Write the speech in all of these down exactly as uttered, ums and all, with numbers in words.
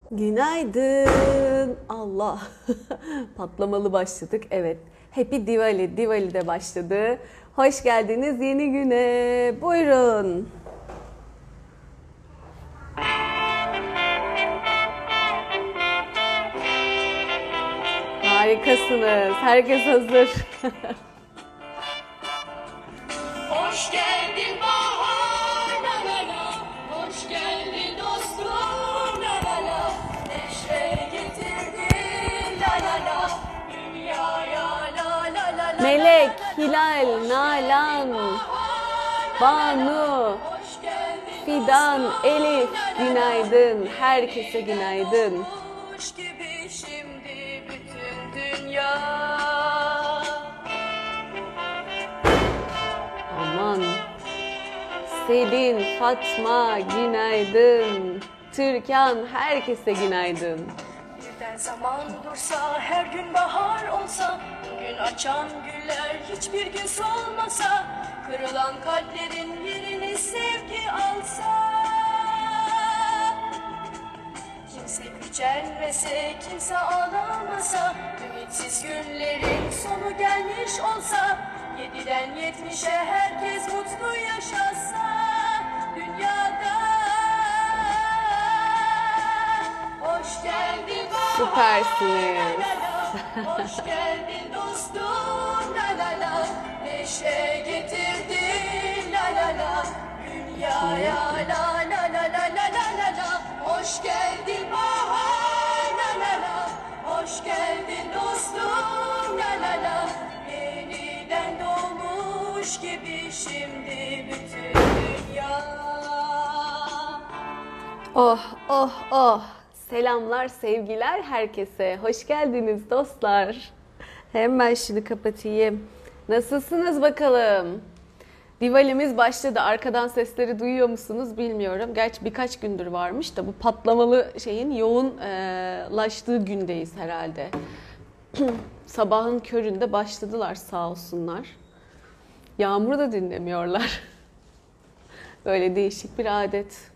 Günaydın. Allah. Patlamalı başladık. Evet. Happy Diwali. Diwali de başladı. Hoş geldiniz yeni güne. Buyurun. Harikasınız. Herkes hazır. Hoş geldin bahar, la la la. Hoş geldin dostum, la la la. Neşe getirdin, la la la. Dünyaya la la la la. Melek, Hilal, Nalan, Banu, Hoş geldin Fidan, Elif, günaydın. Herkese günaydın. kuş gibi şimdi bütün dünya. Aman. Selin, Fatma, günaydın. Türkan, herkese günaydın. Birden zaman dursa, her gün bahar olsa, gün açan güller hiçbir gün solmasa, kırılan kalplerin yerini sevgi alsa. Kimse gücenmese, kimse ağlamasa, ümitsiz günlerin sonu gelmiş olsa, yediden yetmişe herkes mutlu yaşasa dünyada. Hoş geldin bahar, Süpersiniz. la la la. Hoş geldin dostum, la la la. Neşe getirdin, la la la. Dünyaya la la la la la la la la. Hoş geldin bahar, la la la. Hoş geldin dostum, la la la. Yeniden doğmuş gibi şimdi bütün dünya. Oh oh oh. Selamlar, sevgiler herkese. Hoş geldiniz dostlar. Hemen şunu kapatayım. Nasılsınız bakalım? Diwali'miz başladı. Arkadan sesleri duyuyor musunuz bilmiyorum. Gerçi birkaç gündür varmış da bu patlamalı şeyin yoğunlaştığı gündeyiz herhalde. Sabahın köründe başladılar sağ olsunlar. Yağmuru da dinlemiyorlar. Böyle değişik bir adet.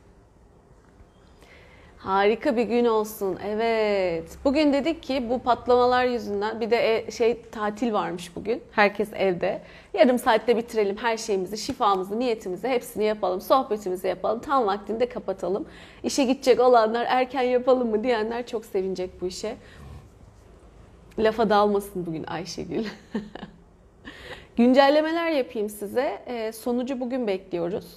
Harika bir gün olsun. Evet. Bugün dedik ki bu patlamalar yüzünden bir de e, şey tatil varmış bugün. Herkes evde. Yarım saatte bitirelim her şeyimizi, şifamızı, niyetimizi, hepsini yapalım. Sohbetimizi yapalım. Tam vaktinde kapatalım. İşe gidecek olanlar erken yapalım mı diyenler çok sevinecek bu işe. Lafa dalmasın bugün Ayşegül. Güncellemeler yapayım size. E, sonucu bugün bekliyoruz.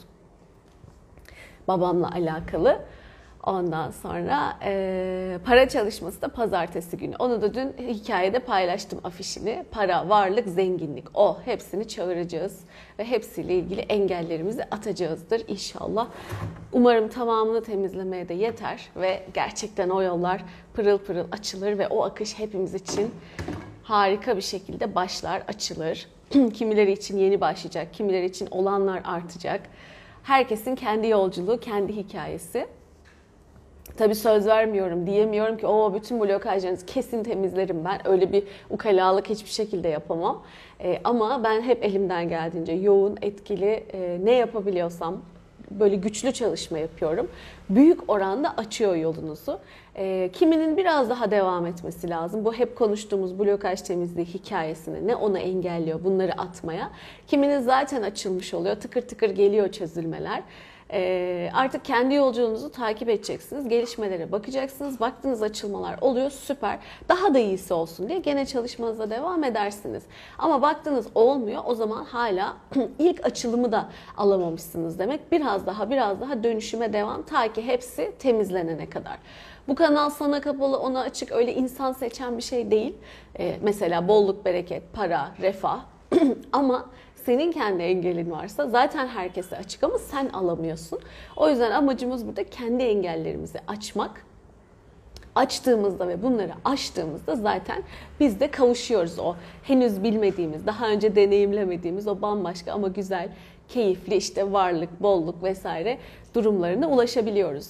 Babamla alakalı. Ondan sonra e, para çalışması da pazartesi günü. Onu da dün hikayede paylaştım afişini. Para, varlık, zenginlik. O hepsini çağıracağız. Ve hepsiyle ilgili engellerimizi atacağızdır inşallah. Umarım tamamını temizlemeye de yeter. Ve gerçekten o yollar pırıl pırıl açılır. Ve o akış hepimiz için harika bir şekilde başlar, açılır. Kimileri için yeni başlayacak, kimileri için olanlar artacak. Herkesin kendi yolculuğu, kendi hikayesi. Tabii söz vermiyorum, diyemiyorum ki o bütün blokajlarınızı kesin temizlerim ben. Öyle bir ukalalık hiçbir şekilde yapamam. Ee, ama ben hep elimden geldiğince yoğun, etkili e, ne yapabiliyorsam böyle güçlü çalışma yapıyorum. Büyük oranda açıyor yolunuzu. E, kiminin biraz daha devam etmesi lazım. Bu hep konuştuğumuz blokaj temizliği hikayesine ne onu engelliyor bunları atmaya. Kiminin zaten açılmış oluyor. Tıkır tıkır geliyor çözülmeler. Ee, artık kendi yolculuğunuzu takip edeceksiniz. Gelişmelere bakacaksınız. Baktığınız açılmalar oluyor. Süper. Daha da iyisi olsun diye gene çalışmanıza devam edersiniz. Ama baktığınız olmuyor. O zaman hala ilk açılımı da alamamışsınız demek. Biraz daha biraz daha dönüşüme devam. Ta ki hepsi temizlenene kadar. Bu kanal sana kapalı, ona açık. Öyle insan seçen bir şey değil. Ee, mesela bolluk, bereket, para, refah. Ama senin kendi engelin varsa zaten herkese açık ama sen alamıyorsun. O yüzden amacımız burada kendi engellerimizi açmak. Açtığımızda ve bunları aştığımızda zaten biz de kavuşuyoruz o henüz bilmediğimiz, daha önce deneyimlemediğimiz o bambaşka ama güzel, keyifli işte varlık, bolluk vesaire durumlarına ulaşabiliyoruz.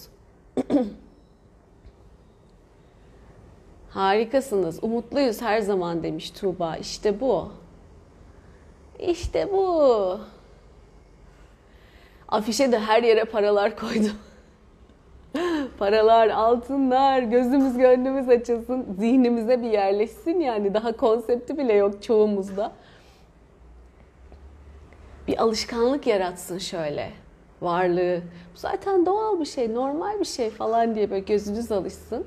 Harikasınız, umutluyuz her zaman demiş Tuğba. İşte bu. İşte bu. Afişe de her yere paralar koydum. paralar, altınlar, gözümüz gönlümüz açılsın, zihnimize bir yerleşsin yani daha konsepti bile yok çoğumuzda. Bir alışkanlık yaratsın şöyle varlığı. Bu zaten doğal bir şey, normal bir şey falan diye böyle gözünüz alışsın.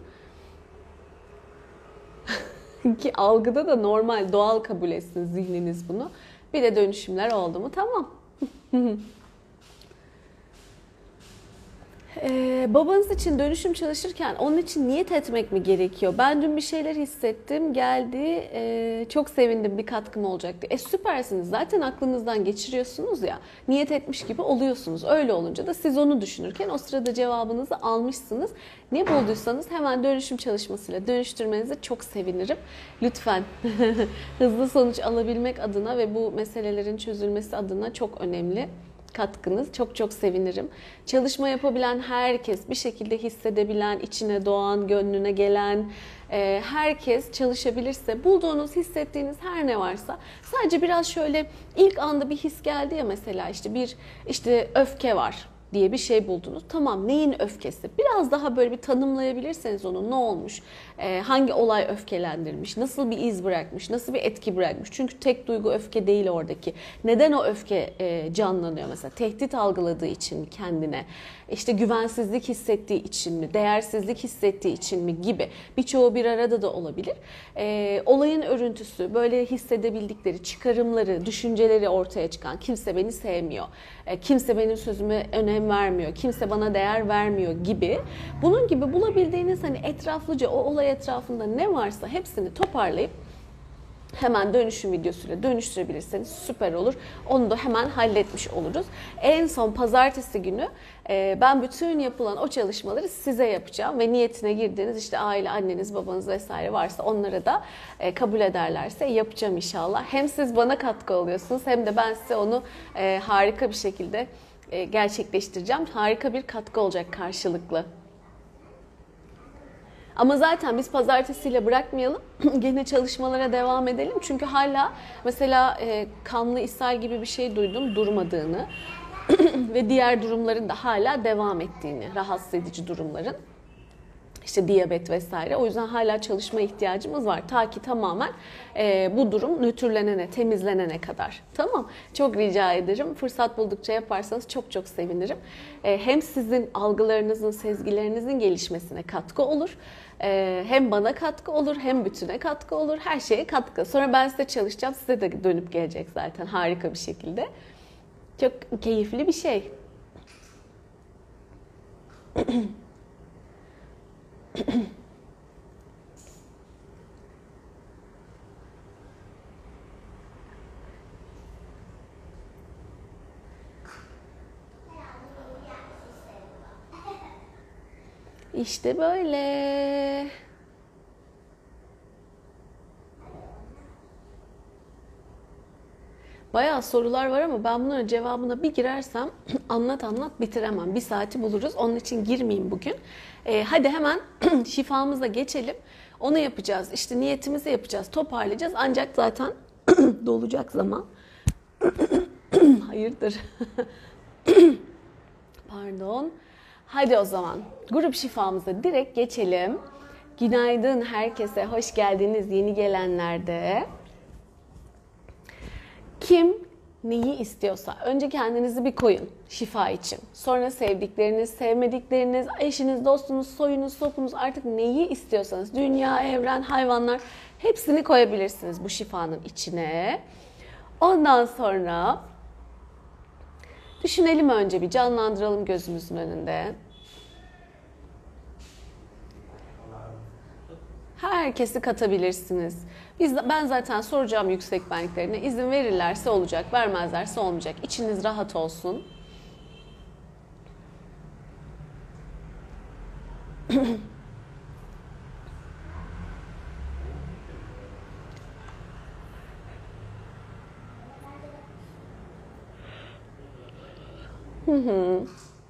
Ki algıda da normal, doğal kabul etsin zihniniz bunu. Bir de dönüşümler oldu mu tamam. Ee, babanız için dönüşüm çalışırken onun için niyet etmek mi gerekiyor? Ben dün bir şeyler hissettim, geldi, e, çok sevindim, bir katkım olacaktı. E süpersiniz, zaten aklınızdan geçiriyorsunuz ya, niyet etmiş gibi oluyorsunuz. Öyle olunca da siz onu düşünürken o sırada cevabınızı almışsınız. Ne bulduysanız hemen dönüşüm çalışmasıyla dönüştürmenize çok sevinirim. Lütfen hızlı sonuç alabilmek adına ve bu meselelerin çözülmesi adına çok önemli katkınız. Çok çok sevinirim. Çalışma yapabilen herkes, bir şekilde hissedebilen, içine doğan, gönlüne gelen e, herkes çalışabilirse, bulduğunuz, hissettiğiniz her ne varsa, sadece biraz şöyle ilk anda bir his geldi ya, mesela işte bir işte öfke var diye bir şey buldunuz. Tamam, neyin öfkesi? Biraz daha böyle bir tanımlayabilirseniz onu, ne olmuş, ee, hangi olay öfkelendirmiş, nasıl bir iz bırakmış, nasıl bir etki bırakmış. Çünkü tek duygu öfke değil oradaki. Neden o öfke e, canlanıyor mesela? Tehdit algıladığı için mi kendine? İşte güvensizlik hissettiği için mi? Değersizlik hissettiği için mi? Gibi. Birçoğu bir arada da olabilir. E, olayın örüntüsü, böyle hissedebildikleri, çıkarımları, düşünceleri ortaya çıkan, kimse beni sevmiyor, e, kimse benim sözüme önem vermiyor, kimse bana değer vermiyor gibi. Bunun gibi bulabildiğiniz hani etraflıca o olay etrafında ne varsa hepsini toparlayıp hemen dönüşüm videosuyla dönüştürebilirseniz süper olur. Onu da hemen halletmiş oluruz. En son pazartesi günü ben bütün yapılan o çalışmaları size yapacağım ve niyetine girdiğiniz işte aile, anneniz, babanız vesaire varsa onlara da kabul ederlerse yapacağım inşallah. Hem siz bana katkı oluyorsunuz hem de ben size onu harika bir şekilde gerçekleştireceğim. Harika bir katkı olacak karşılıklı. Ama zaten biz pazartesiyle bırakmayalım. Gene çalışmalara devam edelim. Çünkü hala mesela e, kanlı ishal gibi bir şey duydum, durmadığını ve diğer durumların da hala devam ettiğini, rahatsız edici durumların. İşte diyabet vesaire. O yüzden hala çalışma ihtiyacımız var. Ta ki tamamen e, bu durum nötrlenene, temizlenene kadar. Tamam. Çok rica ederim. Fırsat buldukça yaparsanız çok çok sevinirim. E, hem sizin algılarınızın, sezgilerinizin gelişmesine katkı olur. E, hem bana katkı olur, hem bütüne katkı olur. Her şeye katkı. Sonra ben size çalışacağım. Size de dönüp gelecek zaten harika bir şekilde. Çok keyifli bir şey. İşte böyle. Bayağı sorular var ama ben bunların cevabına bir girersem anlat anlat bitiremem. Bir saati buluruz. Onun için girmeyeyim bugün. Ee, hadi hemen şifamıza geçelim. Onu yapacağız. İşte niyetimizi yapacağız. Toparlayacağız. Ancak zaten dolacak zaman. Hayırdır? Pardon. Hadi o zaman grup şifamıza direkt geçelim. Günaydın herkese. Hoş geldiniz yeni gelenler de. Kim neyi istiyorsa önce kendinizi bir koyun şifa için. Sonra sevdikleriniz, sevmedikleriniz, eşiniz, dostunuz, soyunuz, sopunuz, artık neyi istiyorsanız, dünya, evren, hayvanlar, hepsini koyabilirsiniz bu şifanın içine. Ondan sonra düşünelim, önce bir canlandıralım gözümüzün önünde. Herkesi katabilirsiniz. Biz, ben zaten soracağım yüksek benliklerine. İzin verirlerse olacak, vermezlerse olmayacak. İçiniz rahat olsun. Hı hı.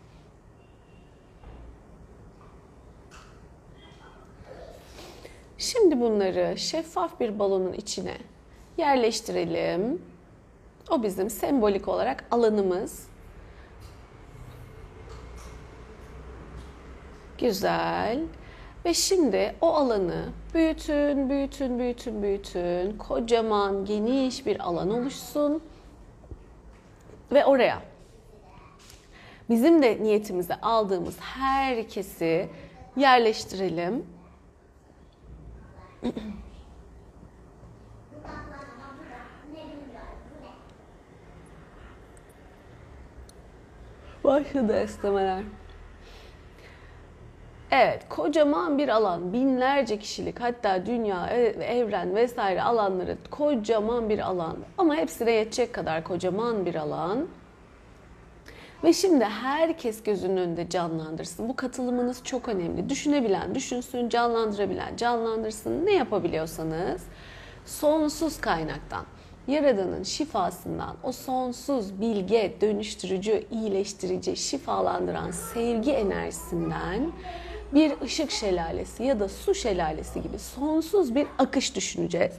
Şimdi bunları şeffaf bir balonun içine yerleştirelim. O bizim sembolik olarak alanımız. Güzel. Ve şimdi o alanı büyütün, büyütün, büyütün, büyütün. Kocaman, geniş bir alan oluşsun. Ve oraya bizim de niyetimize aldığımız herkesi yerleştirelim. Başladı esnemeler. Evet, kocaman bir alan, binlerce kişilik, hatta dünya, evren vesaire alanları kocaman bir alan. Ama hepsine yetecek kadar kocaman bir alan. Ve şimdi herkes gözünün önünde canlandırsın. Bu katılımınız çok önemli. Düşünebilen düşünsün, canlandırabilen canlandırsın. Ne yapabiliyorsanız sonsuz kaynaktan, Yaradan'ın şifasından, o sonsuz bilge, dönüştürücü, iyileştirici, şifalandıran sevgi enerjisinden bir ışık şelalesi ya da su şelalesi gibi sonsuz bir akış düşüneceğiz.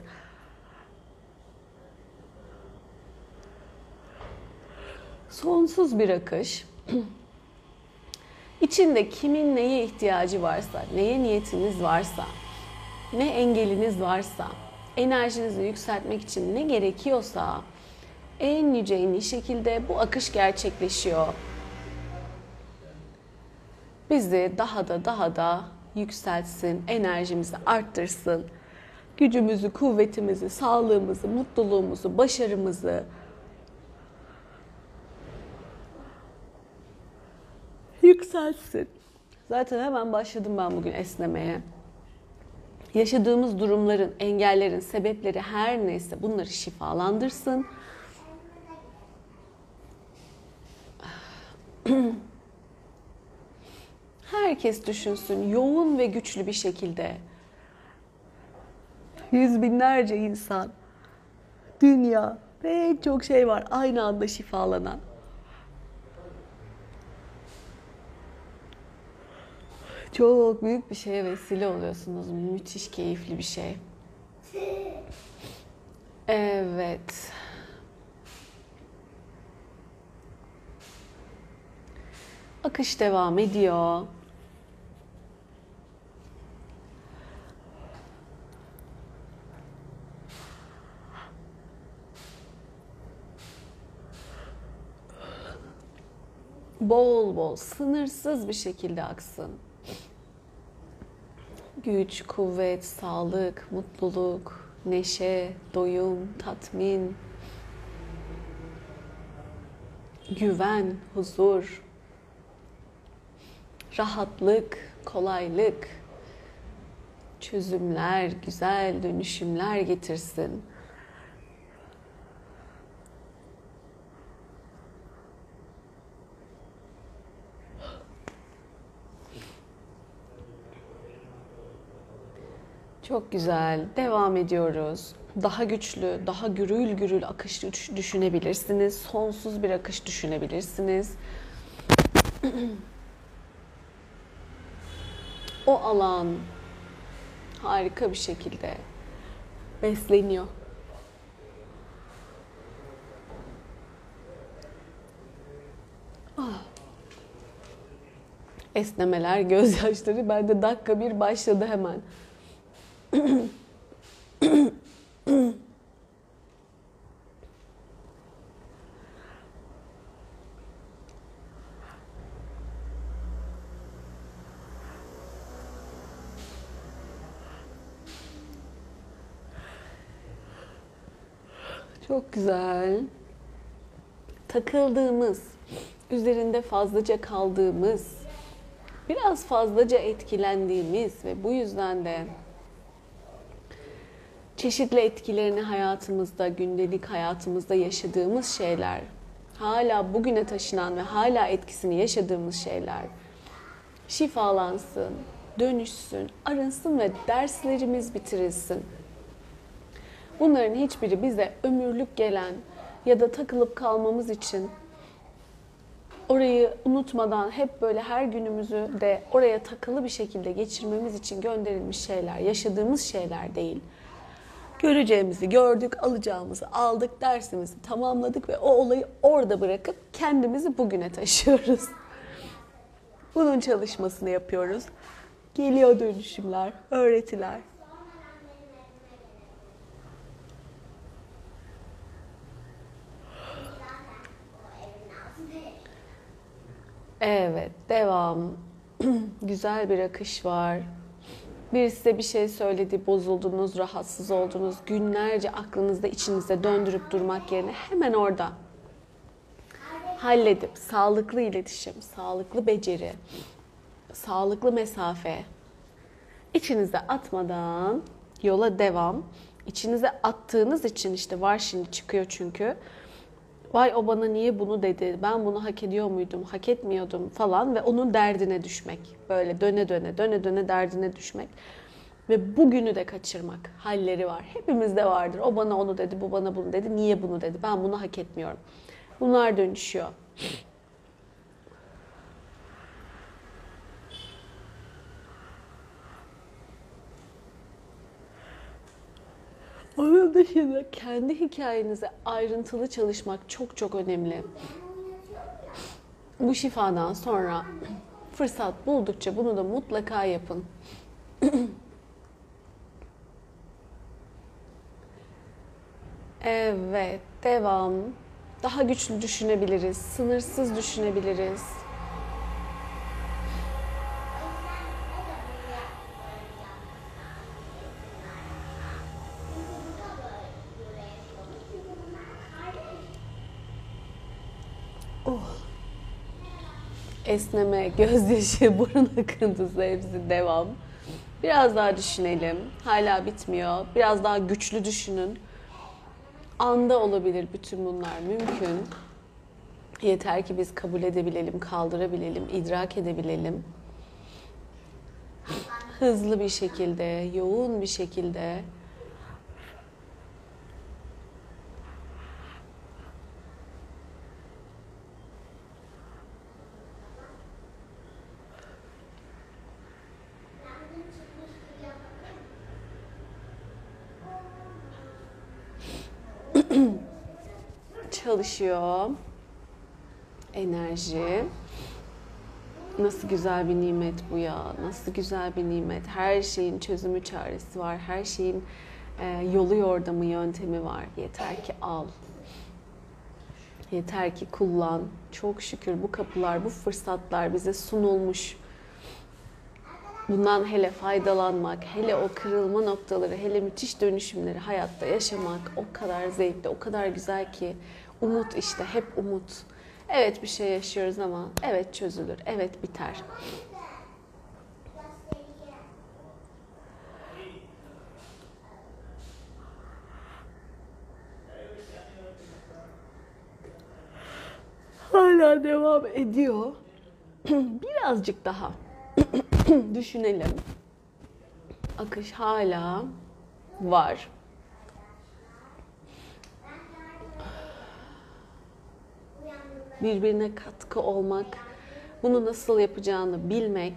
Sonsuz bir akış. İçinde kimin neye ihtiyacı varsa, neye niyetiniz varsa, ne engeliniz varsa, enerjinizi yükseltmek için ne gerekiyorsa en yüce en iyi şekilde bu akış gerçekleşiyor. Bizi daha da daha da yükseltsin, enerjimizi arttırsın, gücümüzü, kuvvetimizi, sağlığımızı, mutluluğumuzu, başarımızı yükseltsin. Zaten hemen başladım ben bugün esnemeye. Yaşadığımız durumların, engellerin, sebepleri her neyse bunları şifalandırsın. Herkes düşünsün yoğun ve güçlü bir şekilde. Yüz binlerce insan, dünya ve çok şey var aynı anda şifalanan. Çok büyük bir şeye vesile oluyorsunuz. Müthiş keyifli bir şey. Evet. Akış devam ediyor. Bol bol, sınırsız bir şekilde aksın. Güç, kuvvet, sağlık, mutluluk, neşe, doyum, tatmin, güven, huzur, rahatlık, kolaylık, çözümler, güzel dönüşümler getirsin. Çok güzel. Devam ediyoruz. Daha güçlü, daha gürül gürül akış düşünebilirsiniz. Sonsuz bir akış düşünebilirsiniz. O alan harika bir şekilde besleniyor. Ah. Esnemeler, gözyaşları bende dakika bir başladı hemen. Çok güzel. Takıldığımız, üzerinde fazlaca kaldığımız, biraz fazlaca etkilendiğimiz ve bu yüzden de çeşitli etkilerini hayatımızda, gündelik hayatımızda yaşadığımız şeyler, hala bugüne taşınan ve hala etkisini yaşadığımız şeyler şifalansın, dönüşsün, arınsın ve derslerimiz bitirilsin. Bunların hiçbiri bize ömürlük gelen ya da takılıp kalmamız için orayı unutmadan hep böyle her günümüzü de oraya takılı bir şekilde geçirmemiz için gönderilmiş şeyler, yaşadığımız şeyler değil. Göreceğimizi gördük, alacağımızı aldık, dersimizi tamamladık ve o olayı orada bırakıp kendimizi bugüne taşıyoruz. Bunun çalışmasını yapıyoruz. Geliyor dönüşümler, öğretiler. Evet, devam. Güzel bir akış var. Biri size bir şey söyledi, bozuldunuz, rahatsız oldunuz. Günlerce aklınızda, içinizde döndürüp durmak yerine hemen orada halledip sağlıklı iletişim, sağlıklı beceri, sağlıklı mesafe içinize atmadan yola devam. İçinize attığınız için işte var şimdi çıkıyor çünkü. Vay o bana niye bunu dedi, ben bunu hak ediyor muydum, hak etmiyordum falan ve onun derdine düşmek. Böyle döne döne, döne döne derdine düşmek. Ve bugünü de kaçırmak halleri var. Hepimizde vardır. O bana onu dedi, bu bana bunu dedi, niye bunu dedi, ben bunu hak etmiyorum. Bunlar dönüşüyor. Onun dışında kendi hikayenize ayrıntılı çalışmak çok çok önemli. Bu şifadan sonra fırsat buldukça bunu da mutlaka yapın. Evet, devam. Daha güçlü düşünebiliriz, sınırsız düşünebiliriz. Oh. Esneme, gözyaşı, burun akıntısı hepsi devam. Biraz daha düşünelim. Hala bitmiyor. Biraz daha güçlü düşünün. Anda olabilir bütün bunlar mümkün. Yeter ki biz kabul edebilelim, kaldırabilelim, idrak edebilelim. Hızlı bir şekilde, yoğun bir şekilde çalışıyor. Enerji. Nasıl güzel bir nimet bu ya. Nasıl güzel bir nimet. Her şeyin çözümü, çaresi var. Her şeyin e, yolu yordamı, yöntemi var. Yeter ki al. Yeter ki kullan. Çok şükür bu kapılar, bu fırsatlar bize sunulmuş. Bundan hele faydalanmak, hele o kırılma noktaları, hele müthiş dönüşümleri hayatta yaşamak o kadar zevkli, o kadar güzel ki. Umut işte, hep umut. Evet bir şey yaşıyoruz ama evet çözülür, evet biter. Hala devam ediyor. Birazcık daha düşünelim. Akış hala var. Birbirine katkı olmak, bunu nasıl yapacağını bilmek,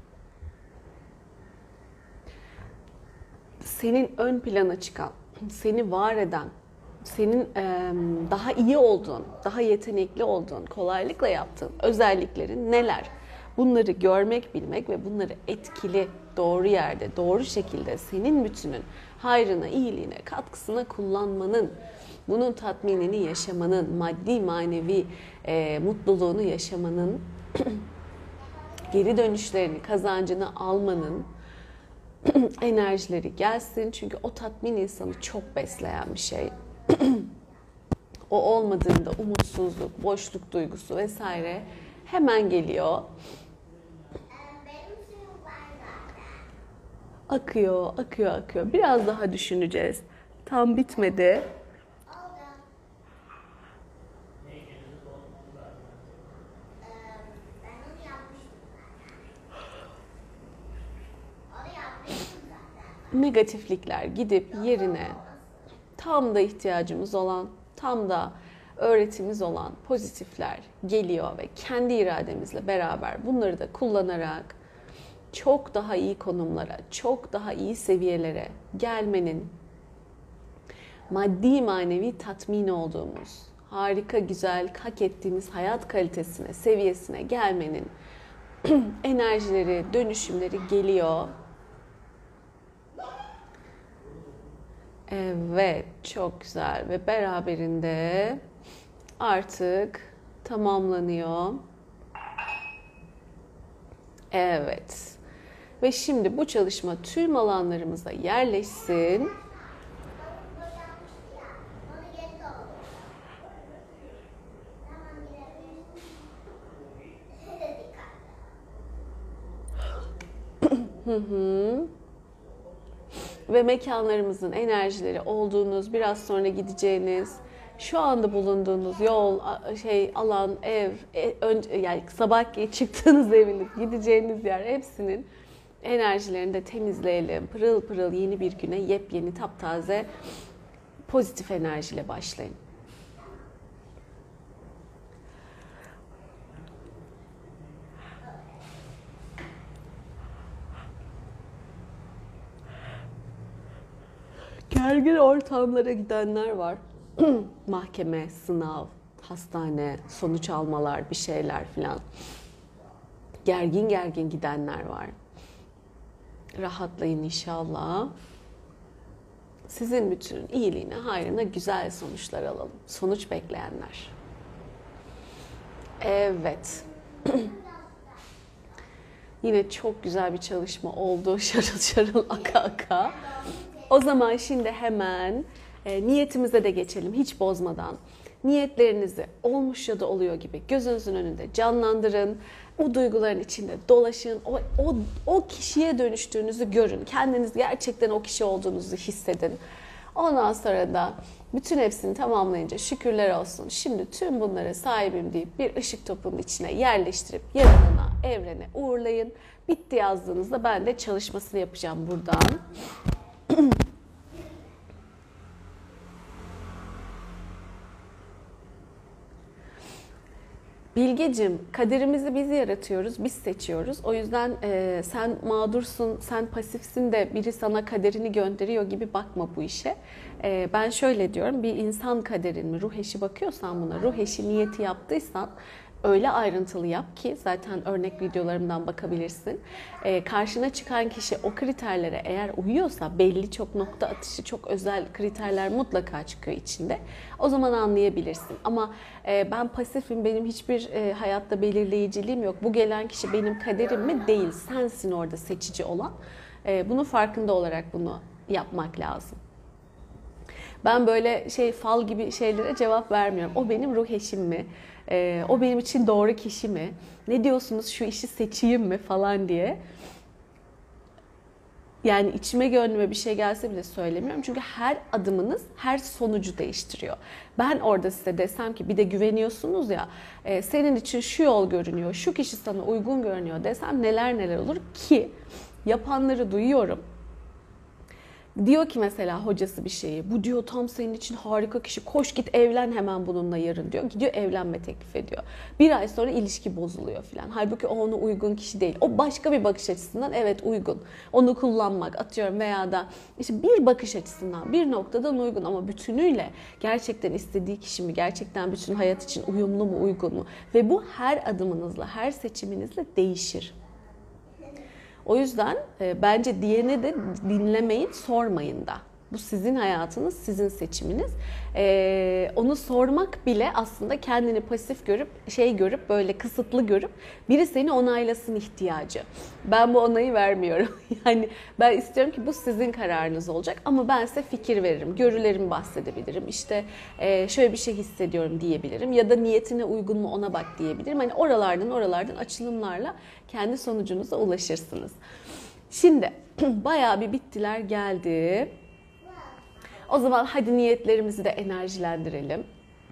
senin ön plana çıkan, seni var eden, senin e, daha iyi olduğun, daha yetenekli olduğun, kolaylıkla yaptığın özelliklerin neler? Bunları görmek, bilmek ve bunları etkili, doğru yerde, doğru şekilde senin bütünün hayrına, iyiliğine, katkısına kullanmanın, bunun tatminini yaşamanın, maddi manevi e, mutluluğunu yaşamanın, geri dönüşlerini, kazancını almanın enerjileri gelsin. Çünkü o tatmin insanı çok besleyen bir şey. O olmadığında umutsuzluk, boşluk duygusu vesaire hemen geliyor. Akıyor, akıyor, akıyor. Biraz daha düşüneceğiz. Tam bitmedi. Negatiflikler gidip yerine tam da ihtiyacımız olan, tam da öğretimiz olan pozitifler geliyor ve kendi irademizle beraber bunları da kullanarak çok daha iyi konumlara, çok daha iyi seviyelere gelmenin, maddi manevi tatmin olduğumuz, harika, güzel, hak ettiğimiz hayat kalitesine, seviyesine gelmenin enerjileri, dönüşümleri geliyor. Evet, çok güzel ve beraberinde artık tamamlanıyor. Evet. Ve şimdi bu çalışma tüm alanlarımıza yerleşsin. Hı hı. Ve mekanlarımızın enerjileri olduğunuz, biraz sonra gideceğiniz, şu anda bulunduğunuz yol, şey, alan, ev, e, önce, yani sabah çıktığınız eviniz, gideceğiniz yer, hepsinin enerjilerini de temizleyelim. Pırıl pırıl yeni bir güne, yepyeni, taptaze, pozitif enerjiyle başlayın. Gergin ortamlara gidenler var. Mahkeme, sınav, hastane, sonuç almalar, bir şeyler filan. Gergin gergin gidenler var. Rahatlayın inşallah. Sizin bütün iyiliğine, hayrına güzel sonuçlar alalım. Sonuç bekleyenler. Evet. Yine çok güzel bir çalışma oldu. Şarıl şarıl aka aka. O zaman şimdi hemen e, niyetimize de geçelim hiç bozmadan. Niyetlerinizi olmuş ya da oluyor gibi gözünüzün önünde canlandırın. O duyguların içinde dolaşın. O, o, o kişiye dönüştüğünüzü görün. Kendiniz gerçekten o kişi olduğunuzu hissedin. Ondan sonra da bütün hepsini tamamlayınca şükürler olsun. Şimdi tüm bunlara sahibim deyip bir ışık topunun içine yerleştirip Yaradan'a, evrene uğurlayın. Bitti yazdığınızda ben de çalışmasını yapacağım buradan. Bilgecim, kaderimizi biz yaratıyoruz, biz seçiyoruz. O yüzden e, sen mağdursun, sen pasifsin de biri sana kaderini gönderiyor gibi bakma bu işe. E, ben şöyle diyorum, bir insan kaderin mi, ruh eşi bakıyorsan buna, ruh eşi niyeti yaptıysan öyle ayrıntılı yap ki zaten örnek videolarımdan bakabilirsin. Ee, karşına çıkan kişi o kriterlere eğer uyuyorsa belli çok nokta atışı, çok özel kriterler mutlaka çıkıyor içinde. O zaman anlayabilirsin. Ama e, ben pasifim, benim hiçbir e, hayatta belirleyiciliğim yok. Bu gelen kişi benim kaderim mi? Değil. Sensin orada seçici olan. E, bunun farkında olarak bunu yapmak lazım. Ben böyle şey fal gibi şeylere cevap vermiyorum. O benim ruh eşim mi? Ee, o benim için doğru kişi mi? Ne diyorsunuz, şu işi seçeyim mi falan diye. Yani içime gönlüme bir şey gelse bile söylemiyorum. Çünkü her adımınız her sonucu değiştiriyor. Ben orada size desem ki bir de güveniyorsunuz ya, e, senin için şu yol görünüyor, şu kişi sana uygun görünüyor desem neler neler olur ki yapanları duyuyorum. Diyor ki mesela hocası bir şeyi, bu diyor tam senin için harika kişi, koş git evlen hemen bununla yarın diyor. Gidiyor evlenme teklif ediyor. Bir ay sonra ilişki bozuluyor filan. Halbuki o ona uygun kişi değil. O başka bir bakış açısından evet uygun. Onu kullanmak atıyorum veya da işte bir bakış açısından bir noktadan uygun ama bütünüyle gerçekten istediği kişi mi, gerçekten bütün hayat için uyumlu mu, uygun mu? Ve bu her adımınızla, her seçiminizle değişir. O yüzden e, bence diyene de dinlemeyin, sormayın da. Bu sizin hayatınız, sizin seçiminiz. Ee, onu sormak bile aslında kendini pasif görüp, şey görüp, böyle kısıtlı görüp biri seni onaylasın ihtiyacı. Ben bu onayı vermiyorum. Yani ben istiyorum ki bu sizin kararınız olacak ama ben size fikir veririm, görülerimi bahsedebilirim. İşte e, şöyle bir şey hissediyorum diyebilirim ya da niyetine uygun mu ona bak diyebilirim. Hani oralardan oralardan açılımlarla kendi sonucunuza ulaşırsınız. Şimdi bayağı bir bittiler geldi. O zaman hadi niyetlerimizi de enerjilendirelim.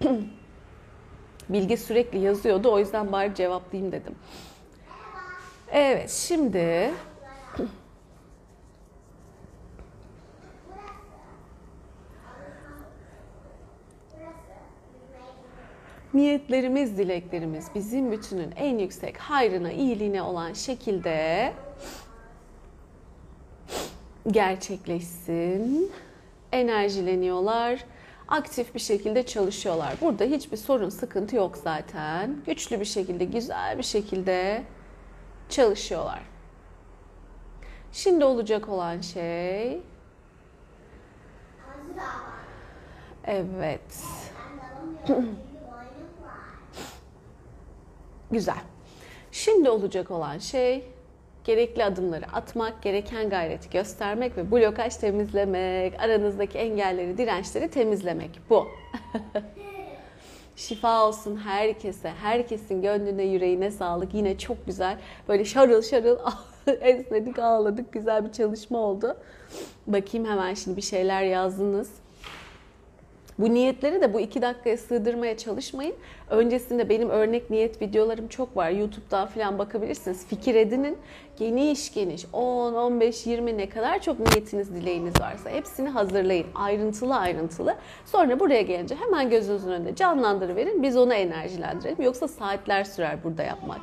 Bilge sürekli yazıyordu, o yüzden bari cevaplayayım dedim. Evet, şimdi niyetlerimiz, dileklerimiz bizim bütünün en yüksek hayrına, iyiliğine olan şekilde gerçekleşsin. Enerjileniyorlar, aktif bir şekilde çalışıyorlar. Burada hiçbir sorun, sıkıntı yok zaten. Güçlü bir şekilde, güzel bir şekilde çalışıyorlar. Şimdi olacak olan şey... Evet. Güzel. Şimdi olacak olan şey gerekli adımları atmak, gereken gayreti göstermek ve blokaj temizlemek, aranızdaki engelleri, dirençleri temizlemek. Bu. Şifa olsun herkese, herkesin gönlüne, yüreğine sağlık. Yine çok güzel, böyle şarıl şarıl esnedik, ağladık. Güzel bir çalışma oldu. Bakayım hemen şimdi bir şeyler yazdınız. Bu niyetleri de bu iki dakikaya sığdırmaya çalışmayın. Öncesinde benim örnek niyet videolarım çok var. YouTube'dan falan bakabilirsiniz. Fikir edinin. Geniş geniş on, on beş, yirmi ne kadar çok niyetiniz, dileğiniz varsa hepsini hazırlayın. Ayrıntılı ayrıntılı. Sonra buraya gelince hemen gözünüzün önünde canlandırıverin. Biz onu enerjilendirelim. Yoksa saatler sürer burada yapmak.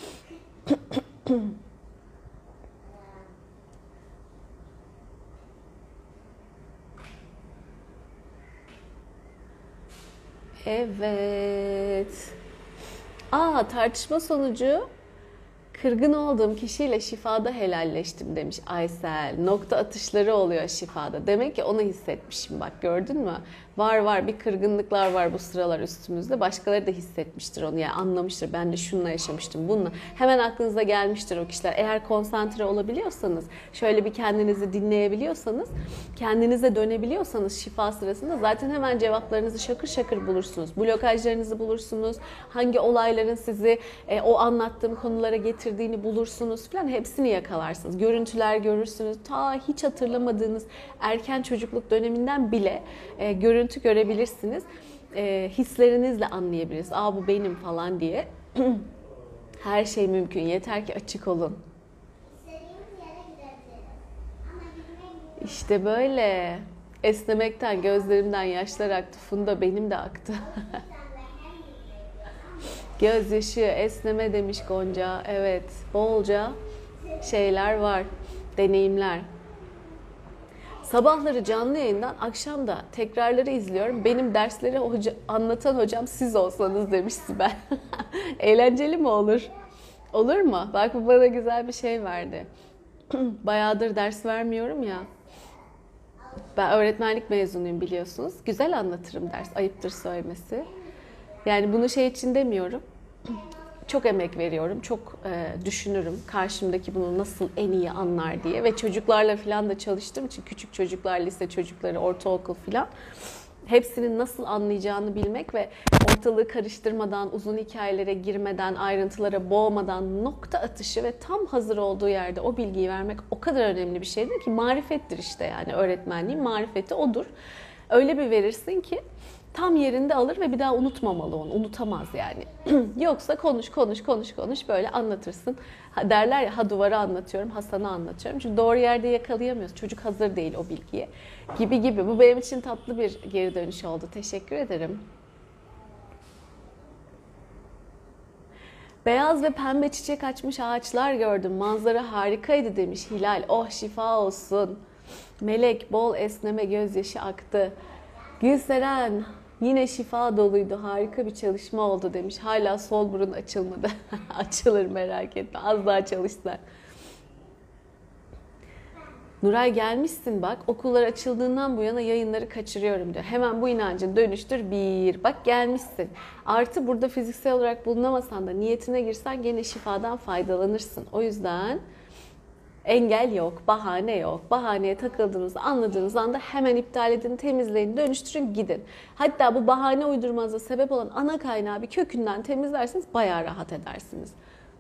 Evet. Aa, tartışma sonucu kırgın olduğum kişiyle şifada helalleştim demiş Aysel. Nokta atışları oluyor şifada. Demek ki onu hissetmişim, bak gördün mü? Var var bir kırgınlıklar var bu sıralar üstümüzde. Başkaları da hissetmiştir onu, yani anlamıştır. Ben de şununla yaşamıştım, bununla. Hemen aklınıza gelmiştir o kişiler. Eğer konsantre olabiliyorsanız, şöyle bir kendinizi dinleyebiliyorsanız, kendinize dönebiliyorsanız şifa sırasında zaten hemen cevaplarınızı şakır şakır bulursunuz. Blokajlarınızı bulursunuz. Hangi olayların sizi e, o anlattığım konulara getirdiğini bulursunuz falan, hepsini yakalarsınız. Görüntüler görürsünüz. Ta hiç hatırlamadığınız erken çocukluk döneminden bile e, görüntü görebilirsiniz. E, hislerinizle anlayabilirsiniz. Aa, bu benim falan diye. Her şey mümkün. Yeter ki açık olun. İşte böyle. Esnemekten gözlerimden yaşlar aktı. Funda benim de aktı. Gözyaşı, esneme demiş Gonca. Evet, bolca şeyler var, deneyimler. Sabahları canlı yayından, akşam da tekrarları izliyorum. Benim dersleri hoca, anlatan hocam siz olsanız demiş Sibel. Eğlenceli mi olur? Olur mu? Bak, bu bana güzel bir şey verdi. Bayağıdır ders vermiyorum ya. Ben öğretmenlik mezunuyum biliyorsunuz. Güzel anlatırım ders, ayıptır söylemesi. Yani bunu şey için demiyorum. Çok emek veriyorum, çok e, düşünürüm. Karşımdaki bunu nasıl en iyi anlar diye. Ve çocuklarla falan da çalıştığım için, küçük çocuklar, lise çocukları, ortaokul falan. Hepsinin nasıl anlayacağını bilmek ve ortalığı karıştırmadan, uzun hikayelere girmeden, ayrıntılara boğmadan, nokta atışı ve tam hazır olduğu yerde o bilgiyi vermek o kadar önemli bir şeydir ki, marifettir işte, yani öğretmenliğin marifeti odur. Öyle bir verirsin ki tam yerinde alır ve bir daha unutmamalı onu. Unutamaz yani. Yoksa konuş konuş konuş konuş böyle anlatırsın. Ha, derler ya, ha duvara anlatıyorum, ha sana anlatıyorum. Çünkü doğru yerde yakalayamıyoruz. Çocuk hazır değil o bilgiye. Gibi gibi. Bu benim için tatlı bir geri dönüş oldu. Teşekkür ederim. Beyaz ve pembe çiçek açmış ağaçlar gördüm. Manzara harikaydı demiş Hilal. Oh, şifa olsun. Melek, bol esneme, gözyaşı aktı. Gülseren, yine şifa doluydu. Harika bir çalışma oldu demiş. Hala sol burun açılmadı. Açılır, merak etme. Az daha çalışsan. Nuray, gelmişsin bak. Okullar açıldığından bu yana yayınları kaçırıyorum diyor. Hemen bu inancın dönüştür bir. Bak, gelmişsin. Artı burada fiziksel olarak bulunamasan da niyetine girsen gene şifadan faydalanırsın. O yüzden engel yok, bahane yok. Bahaneye takıldığınızı anladığınız anda hemen iptal edin, temizleyin, dönüştürün, gidin. Hatta bu bahane uydurmanıza sebep olan ana kaynağı bir kökünden temizlerseniz bayağı rahat edersiniz.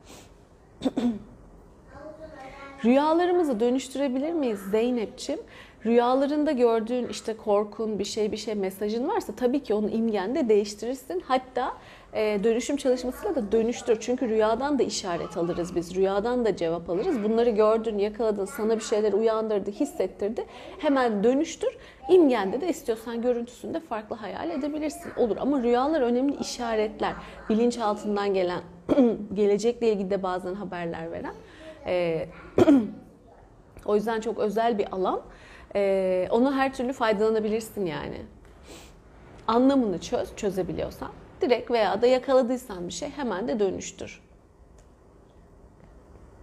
Rüyalarımızı dönüştürebilir miyiz Zeynep'ciğim? Rüyalarında gördüğün işte korkun, bir şey bir şey mesajın varsa tabii ki onu imgende değiştirirsin. Hatta e, dönüşüm çalışmasıyla da dönüştür. Çünkü rüyadan da işaret alırız biz. Rüyadan da cevap alırız. Bunları gördün, yakaladın, sana bir şeyler uyandırdı, hissettirdi. Hemen dönüştür. İmgende de istiyorsan görüntüsünde farklı hayal edebilirsin. Olur, ama rüyalar önemli işaretler. Bilinçaltından gelen, gelecekle ilgili de bazen haberler veren. E, o yüzden çok özel bir alan. Ee, onu her türlü faydalanabilirsin yani. Anlamını çöz, çözebiliyorsan. Direkt veya da yakaladıysan bir şey hemen de dönüştür.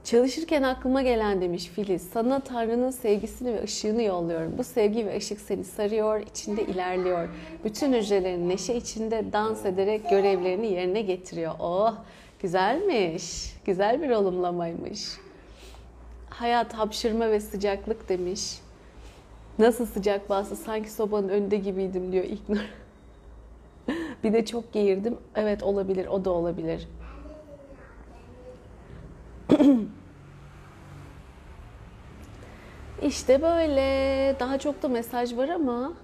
Çalışırken aklıma gelen demiş Filiz, sana Tanrı'nın sevgisini ve ışığını yolluyorum. Bu sevgi ve ışık seni sarıyor, içinde ilerliyor. Bütün hücrelerin neşe içinde dans ederek görevlerini yerine getiriyor. Oh, güzelmiş. Güzel bir olumlamaymış. Hayat, hapşırma ve sıcaklık demiş. Nasıl sıcak bastı, sanki sobanın önünde gibiydim diyor İlknur. Bir de çok geğirdim. Evet, olabilir, o da olabilir. İşte böyle. Daha çok da mesaj var ama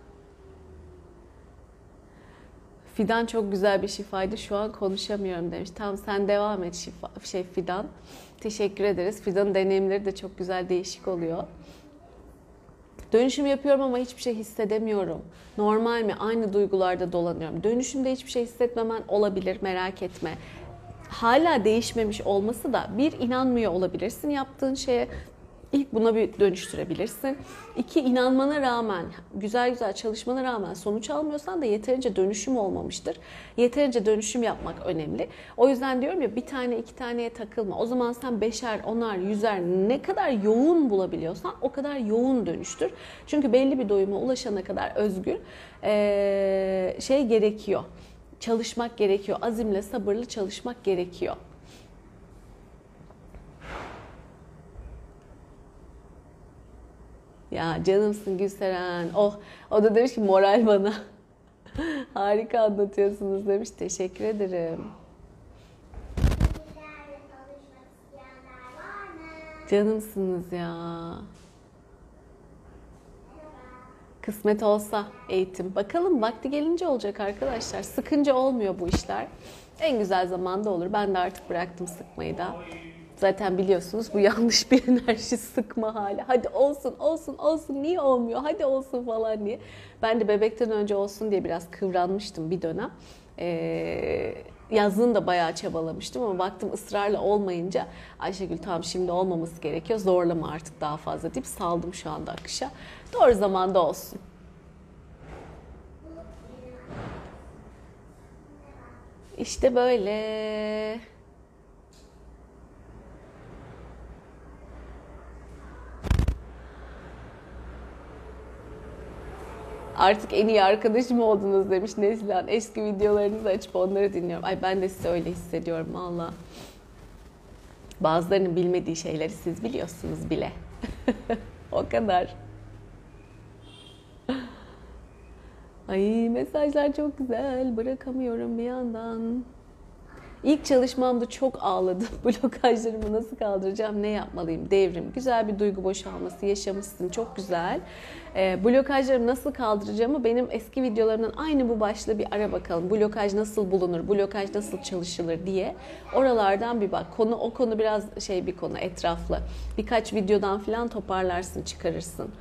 Fidan çok güzel bir şifaydı. Şu an konuşamıyorum demiş. Tamam, sen devam et şifa, şey Fidan. Teşekkür ederiz. Fidan'ın deneyimleri de çok güzel, değişik oluyor. Dönüşüm yapıyorum ama hiçbir şey hissedemiyorum. Normal mi? Aynı duygularda dolanıyorum. Dönüşümde hiçbir şey hissetmemen olabilir, merak etme. Hala değişmemiş olması da, bir, inanmıyor olabilirsin yaptığın şeye. İlk buna bir dönüştürebilirsin. İki, inanmana rağmen, güzel güzel çalışmana rağmen sonuç almıyorsan da yeterince dönüşüm olmamıştır. Yeterince dönüşüm yapmak önemli. O yüzden diyorum ya, bir tane iki taneye takılma. O zaman sen beşer, onar, yüzer, ne kadar yoğun bulabiliyorsan o kadar yoğun dönüştür. Çünkü belli bir doyuma ulaşana kadar özgür ee, şey gerekiyor. Çalışmak gerekiyor. Azimle, sabırlı çalışmak gerekiyor. Ya canımsın Gülseren. Oh, o da demiş ki moral bana. Harika anlatıyorsunuz demiş. Teşekkür ederim. Canımsınız ya. Kısmet olsa eğitim. Bakalım vakti gelince olacak arkadaşlar. Sıkınca olmuyor bu işler. En güzel zamanda olur. Ben de artık bıraktım sıkmayı da. Zaten biliyorsunuz bu yanlış bir enerji, sıkma hali. Hadi olsun, olsun, olsun. Niye olmuyor? Hadi olsun falan diye. Ben de bebekten önce olsun diye biraz kıvranmıştım bir dönem. Ee, yazın da bayağı çabalamıştım ama baktım ısrarla olmayınca Ayşegül tamam şimdi olmaması gerekiyor. Zorlama artık daha fazla deyip saldım şu anda akışa. Doğru zamanda olsun. İşte böyle. Artık en iyi arkadaşım oldunuz demiş Neslihan. Eski videolarınızı açıp onları dinliyorum. Ay ben de size öyle hissediyorum valla. Bazılarının bilmediği şeyleri siz biliyorsunuz bile. O kadar. Ay mesajlar çok güzel. Bırakamıyorum bir yandan. İlk çalışmamda çok ağladım. Blokajlarımı nasıl kaldıracağım, ne yapmalıyım? Devrim. Güzel bir duygu boşalması yaşamışsın. Çok güzel. E, blokajlarımı nasıl kaldıracağımı benim eski videolarımdan aynı bu başlığı bir ara bakalım. Blokaj nasıl bulunur? Blokaj nasıl çalışılır diye. Oralardan bir bak. Konu o konu biraz şey bir konu, etraflı. Birkaç videodan falan toparlarsın, çıkarırsın.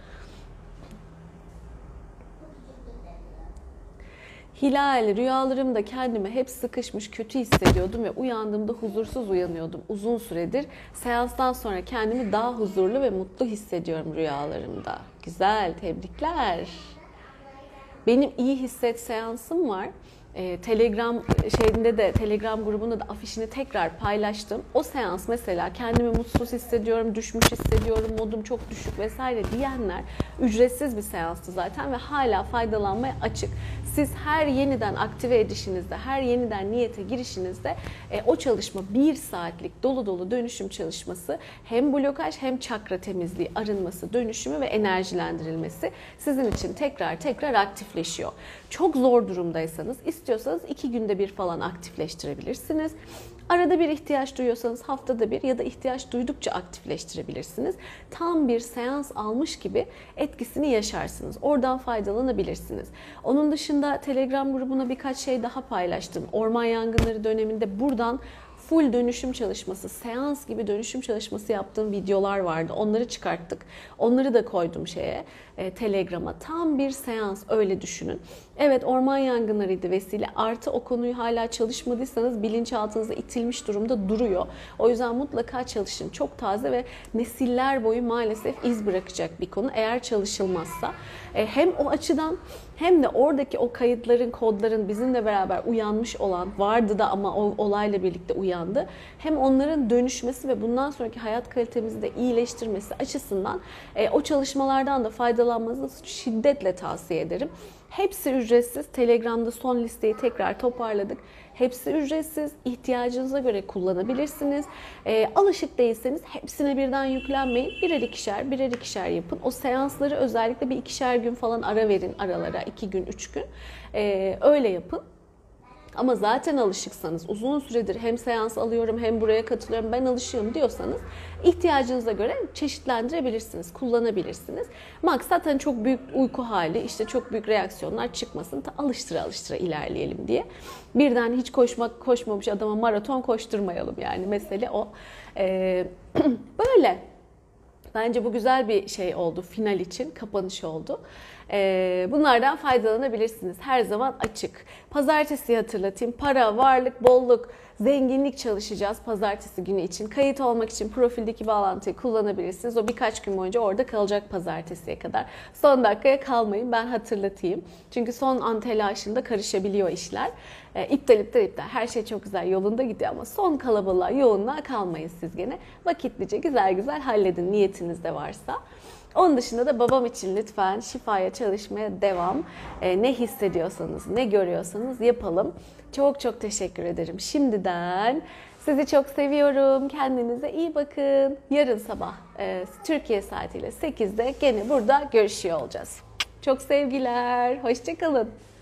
Hilal, rüyalarımda kendimi hep sıkışmış, kötü hissediyordum ve uyandığımda huzursuz uyanıyordum uzun süredir. Seanstan sonra kendimi daha huzurlu ve mutlu hissediyorum rüyalarımda. Güzel, tebrikler. Benim iyi hisset seansım var. Ee, Telegram şeyinde de, Telegram grubunda da afişini tekrar paylaştım. O seans mesela kendimi mutsuz hissediyorum, düşmüş hissediyorum, modum çok düşük vesaire diyenler ücretsiz bir seanstı zaten ve hala faydalanmaya açık. Siz her yeniden aktive edişinizde, her yeniden niyete girişinizde e, o çalışma bir saatlik dolu dolu dönüşüm çalışması hem blokaj hem çakra temizliği, arınması, dönüşümü ve enerjilendirilmesi sizin için tekrar tekrar aktifleşiyor. Çok zor durumdaysanız, istiyorsanız iki günde bir falan aktifleştirebilirsiniz. Arada bir ihtiyaç duyuyorsanız haftada bir ya da ihtiyaç duydukça aktifleştirebilirsiniz. Tam bir seans almış gibi etkisini yaşarsınız. Oradan faydalanabilirsiniz. Onun dışında Telegram grubuna birkaç şey daha paylaştım. Orman yangınları döneminde buradan full dönüşüm çalışması, seans gibi dönüşüm çalışması yaptığım videolar vardı. Onları çıkarttık. Onları da koydum şeye, e, Telegram'a. Tam bir seans, öyle düşünün. Evet, orman yangınlarıydı vesile. Artı o konuyu hala çalışmadıysanız bilinçaltınıza itilmiş durumda duruyor. O yüzden mutlaka çalışın. Çok taze ve nesiller boyu maalesef iz bırakacak bir konu eğer çalışılmazsa. E, hem o açıdan hem de oradaki o kayıtların, kodların bizimle beraber uyanmış olan, vardı da ama o olayla birlikte uyandı. Hem onların dönüşmesi ve bundan sonraki hayat kalitemizi de iyileştirmesi açısından e, o çalışmalardan da faydalanmanızı şiddetle tavsiye ederim. Hepsi ücretsiz. Telegram'da son listeyi tekrar toparladık. Hepsi ücretsiz. İhtiyacınıza göre kullanabilirsiniz. E, alışık değilseniz hepsine birden yüklenmeyin. Birer ikişer, birer ikişer yapın. O seansları özellikle bir ikişer gün falan ara verin aralara. iki gün, üç gün. E, öyle yapın. Ama zaten alışıksanız, uzun süredir hem seans alıyorum hem buraya katılıyorum, ben alışığım diyorsanız ihtiyacınıza göre çeşitlendirebilirsiniz, kullanabilirsiniz. Maksat hani çok büyük uyku hali, işte çok büyük reaksiyonlar çıkmasın, ta alıştıra alıştıra ilerleyelim diye. Birden hiç koşmak koşmamış adama maraton koşturmayalım, yani mesele o. Ee, böyle. Bence bu güzel bir şey oldu, final için, kapanış oldu. Ee, bunlardan faydalanabilirsiniz. Her zaman açık. Pazartesi hatırlatayım. Para, varlık, bolluk, zenginlik çalışacağız pazartesi günü için. Kayıt olmak için profildeki bağlantıyı kullanabilirsiniz. O birkaç gün boyunca orada kalacak pazartesiye kadar. Son dakikaya kalmayın, ben hatırlatayım. Çünkü son an telaşında karışabiliyor işler. E, iptal iptal iptal. Her şey çok güzel yolunda gidiyor ama son kalabalığa, yoğunluğa kalmayın siz gene. Vakitlice güzel güzel halledin niyetiniz de varsa. Onun dışında da babam için lütfen şifaya çalışmaya devam. E, ne hissediyorsanız, ne görüyorsanız yapalım. Çok çok teşekkür ederim şimdiden. Sizi çok seviyorum. Kendinize iyi bakın. Yarın sabah e, Türkiye saatiyle sekizde gene burada görüşüyor olacağız. Çok sevgiler. Hoşça kalın.